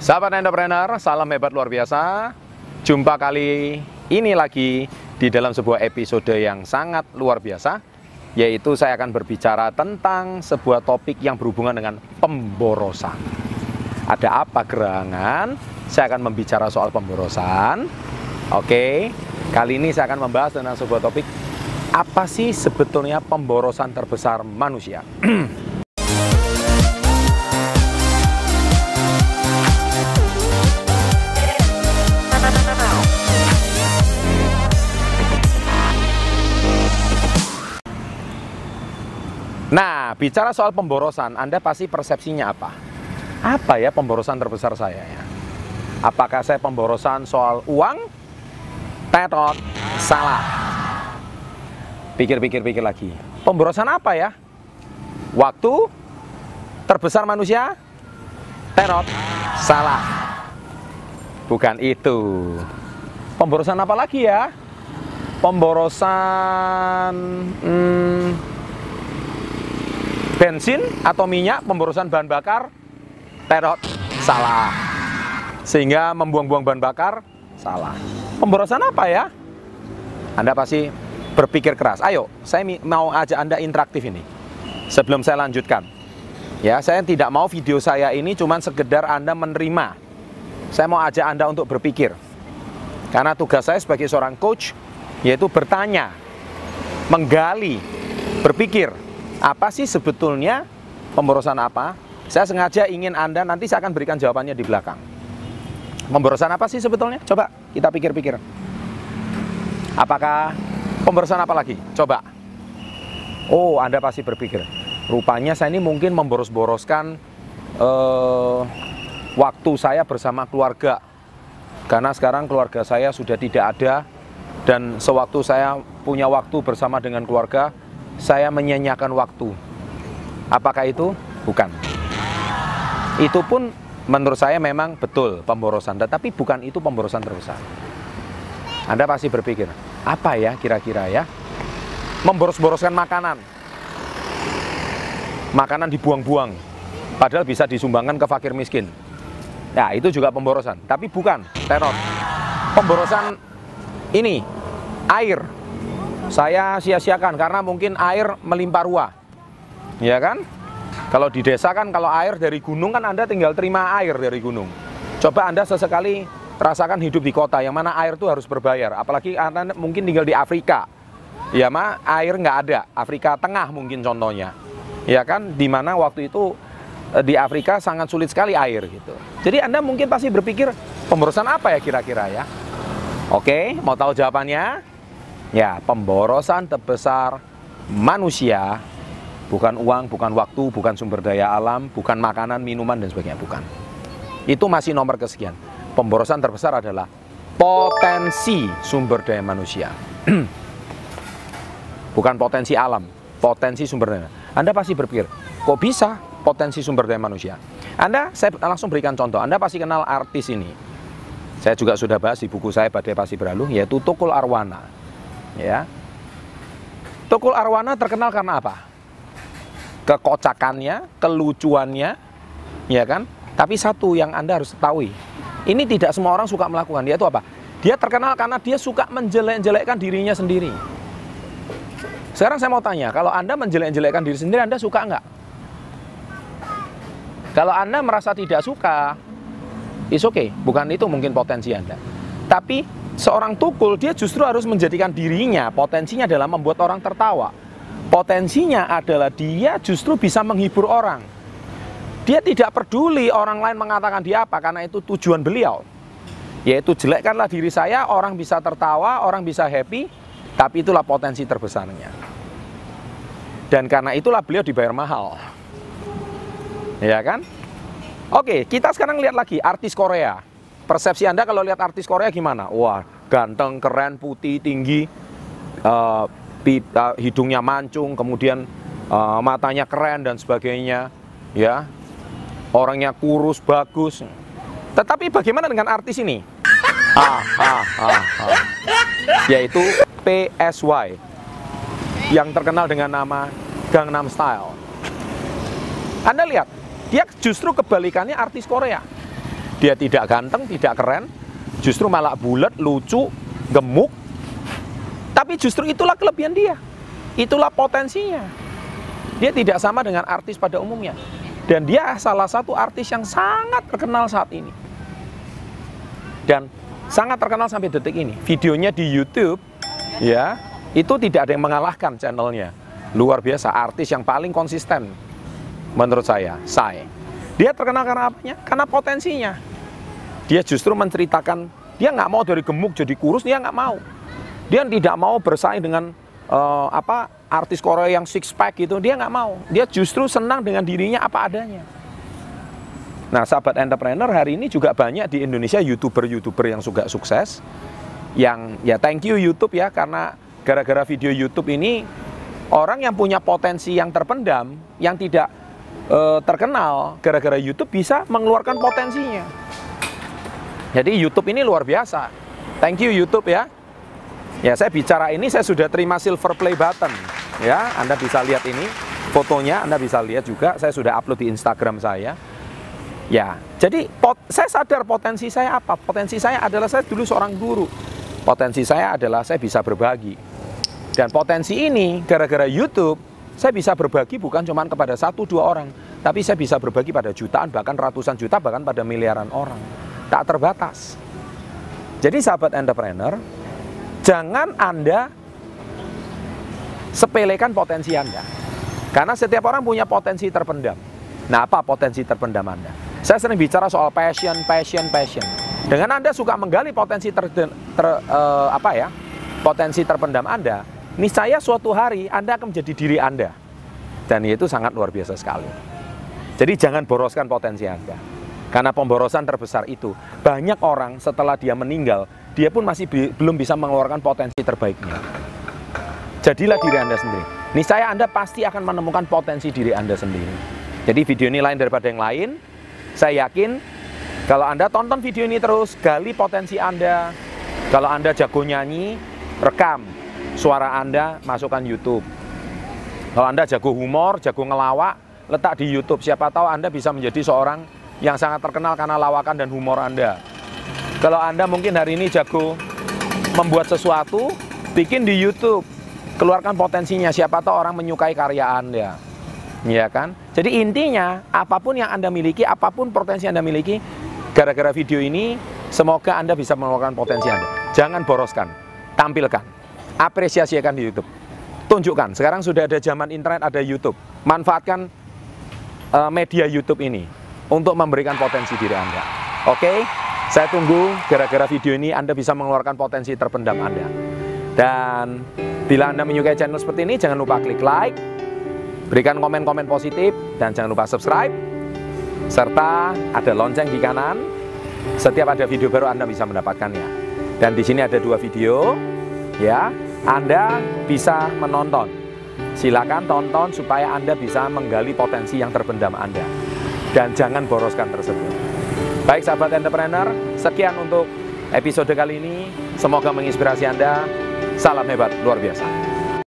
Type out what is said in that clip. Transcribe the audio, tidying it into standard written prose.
Sahabat entrepreneur, salam hebat luar biasa. Jumpa kali ini lagi di dalam sebuah episode yang sangat luar biasa, yaitu saya akan berbicara tentang sebuah topik yang berhubungan dengan pemborosan. Ada apa gerangan? Saya akan membicara soal pemborosan. Oke, kali ini saya akan membahas tentang sebuah topik, apa sih sebetulnya pemborosan terbesar manusia? Nah, bicara soal pemborosan, Anda pasti persepsinya apa? Apa ya pemborosan terbesar saya ya? Apakah saya pemborosan soal uang? Tetot, salah. Pikir lagi. Pemborosan apa ya? Waktu terbesar manusia? Tetot, salah. Bukan itu. Pemborosan apa lagi ya? Pemborosan bensin atau minyak, pemborosan bahan bakar, terot, salah. Sehingga membuang-buang bahan bakar, salah. Pemborosan apa ya? Anda pasti berpikir keras. Ayo, saya mau ajak Anda interaktif ini. Sebelum saya lanjutkan. Ya, saya tidak mau video saya ini cuma sekedar Anda menerima. Saya mau ajak Anda untuk berpikir. Karena tugas saya sebagai seorang coach, yaitu bertanya, menggali, berpikir. Apa sih sebetulnya pemborosan apa? Saya sengaja ingin Anda, nanti saya akan berikan jawabannya di belakang. Pemborosan apa sih sebetulnya? Coba kita pikir-pikir. Apakah pemborosan apa lagi? Coba. Oh, Anda pasti berpikir, rupanya saya ini mungkin memboros-boroskan waktu saya bersama keluarga. Karena sekarang keluarga saya sudah tidak ada, dan sewaktu saya punya waktu bersama dengan keluarga, saya menyanyiakan waktu. Apakah itu? Bukan. Itu pun menurut saya memang betul pemborosan, tetapi bukan itu pemborosan terbesar. Anda pasti berpikir, apa ya kira-kira ya? Memboros-boroskan makanan. Makanan dibuang-buang, padahal bisa disumbangkan ke fakir miskin. Ya, itu juga pemborosan, tapi bukan teror. Pemborosan ini, air. Saya sia-siakan karena mungkin air melimpah ruah. Ya kan? Kalau di desa kan kalau air dari gunung kan Anda tinggal terima air dari gunung. Coba Anda sesekali rasakan hidup di kota yang mana air itu harus berbayar. Apalagi Anda mungkin tinggal di Afrika. Ya mah air nggak ada. Afrika Tengah mungkin contohnya. Ya kan? Dimana waktu itu di Afrika sangat sulit sekali air gitu. Jadi Anda mungkin pasti berpikir pemborosan apa ya kira-kira ya? Oke, mau tahu jawabannya? Ya, pemborosan terbesar manusia bukan uang, bukan waktu, bukan sumber daya alam, bukan makanan, minuman, dan sebagainya, bukan. Itu masih nomor kesekian. Pemborosan terbesar adalah potensi sumber daya manusia. Bukan potensi alam, potensi sumber daya. Anda pasti berpikir, kok bisa potensi sumber daya manusia? Saya langsung berikan contoh. Anda pasti kenal artis ini. Saya juga sudah bahas di buku saya Badai Pasti Berlalu, yaitu Tukul Arwana. Ya, Tukul Arwana terkenal karena apa? Kekocakannya, kelucuannya, ya kan? Tapi satu yang Anda harus ketahui, ini tidak semua orang suka melakukan. Dia itu apa? Dia terkenal karena dia suka menjelek-jelekkan dirinya sendiri. Sekarang saya mau tanya, kalau Anda menjelek-jelekkan diri sendiri, Anda suka nggak? Kalau Anda merasa tidak suka, it's okay, bukan itu mungkin potensi Anda. Tapi seorang Tukul, dia justru harus menjadikan dirinya, potensinya adalah membuat orang tertawa. Potensinya adalah dia justru bisa menghibur orang. Dia tidak peduli orang lain mengatakan dia apa, karena itu tujuan beliau. Yaitu jelekkanlah diri saya, orang bisa tertawa, orang bisa happy, tapi itulah potensi terbesarnya. Dan karena itulah beliau dibayar mahal. Ya kan? Oke, kita sekarang lihat lagi artis Korea. Persepsi Anda kalau lihat artis Korea gimana? Wah, ganteng, keren, putih, tinggi, hidungnya mancung, kemudian matanya keren dan sebagainya, ya, orangnya kurus, bagus. Tetapi bagaimana dengan artis ini? Yaitu PSY, yang terkenal dengan nama Gangnam Style. Anda lihat, dia justru kebalikannya artis Korea. Dia tidak ganteng, tidak keren, justru malah bulat, lucu, gemuk. Tapi justru itulah kelebihan dia. Itulah potensinya. Dia tidak sama dengan artis pada umumnya. Dan dia salah satu artis yang sangat terkenal saat ini. Dan sangat terkenal sampai detik ini. Videonya di YouTube, ya, itu tidak ada yang mengalahkan channelnya. Luar biasa, artis yang paling konsisten menurut saya, Psy. Dia terkenal karena apanya? Karena potensinya. Dia justru menceritakan, dia nggak mau dari gemuk jadi kurus, dia nggak mau. Dia tidak mau bersaing dengan artis Korea yang six pack gitu, dia nggak mau. Dia justru senang dengan dirinya apa adanya. Nah, sahabat entrepreneur, hari ini juga banyak di Indonesia YouTuber yang juga sukses. Yang ya thank you YouTube ya, karena gara-gara video YouTube ini orang yang punya potensi yang terpendam, yang tidak terkenal, gara-gara YouTube bisa mengeluarkan potensinya. Jadi YouTube ini luar biasa. Thank you YouTube ya. Ya, saya bicara ini saya sudah terima silver play button. Ya, Anda bisa lihat ini fotonya, Anda bisa lihat juga, saya sudah upload di Instagram saya. Ya, jadi saya sadar potensi saya apa? Potensi saya adalah saya dulu seorang guru. Potensi saya adalah saya bisa berbagi. Dan potensi ini gara-gara YouTube, saya bisa berbagi bukan cuma kepada 1-2 orang, tapi saya bisa berbagi pada jutaan, bahkan ratusan juta, bahkan pada miliaran orang. Tak terbatas. Jadi sahabat entrepreneur, jangan Anda sepelekan potensi Anda. Karena setiap orang punya potensi terpendam. Nah, apa potensi terpendam Anda? Saya sering bicara soal passion. Dengan Anda suka menggali potensi potensi terpendam Anda, niscaya suatu hari Anda akan menjadi diri Anda. Dan itu sangat luar biasa sekali. Jadi jangan boroskan potensi Anda. Karena pemborosan terbesar itu, banyak orang setelah dia meninggal, dia pun masih belum bisa mengeluarkan potensi terbaiknya. Jadilah diri Anda sendiri. Niscaya Anda pasti akan menemukan potensi diri Anda sendiri. Jadi video ini lain daripada yang lain. Saya yakin kalau Anda tonton video ini terus, gali potensi Anda. Kalau Anda jago nyanyi, rekam suara Anda, masukkan YouTube. Kalau Anda jago humor, jago ngelawak, letak di YouTube. Siapa tahu Anda bisa menjadi seorang yang sangat terkenal karena lawakan dan humor Anda. Kalau Anda mungkin hari ini jago membuat sesuatu, bikin di YouTube. Keluarkan potensinya, siapa tahu orang menyukai karya Anda. Ya kan? Jadi intinya, apapun yang Anda miliki, apapun potensi Anda miliki, gara-gara video ini, semoga Anda bisa mengeluarkan potensi Anda. Jangan boroskan, tampilkan, apresiasikan di YouTube. Tunjukkan, sekarang sudah ada zaman internet, ada YouTube. Manfaatkan media YouTube ini untuk memberikan potensi diri Anda. Oke? Saya tunggu gara-gara video ini Anda bisa mengeluarkan potensi terpendam Anda. Dan bila Anda menyukai channel seperti ini, jangan lupa klik like, berikan komen-komen positif, dan jangan lupa subscribe. Serta ada lonceng di kanan. Setiap ada video baru Anda bisa mendapatkannya. Dan di sini ada 2 video, ya. Anda bisa menonton. Silakan tonton supaya Anda bisa menggali potensi yang terpendam Anda. Dan jangan boroskan tersebut. Baik sahabat entrepreneur, sekian untuk episode kali ini. Semoga menginspirasi Anda. Salam hebat luar biasa.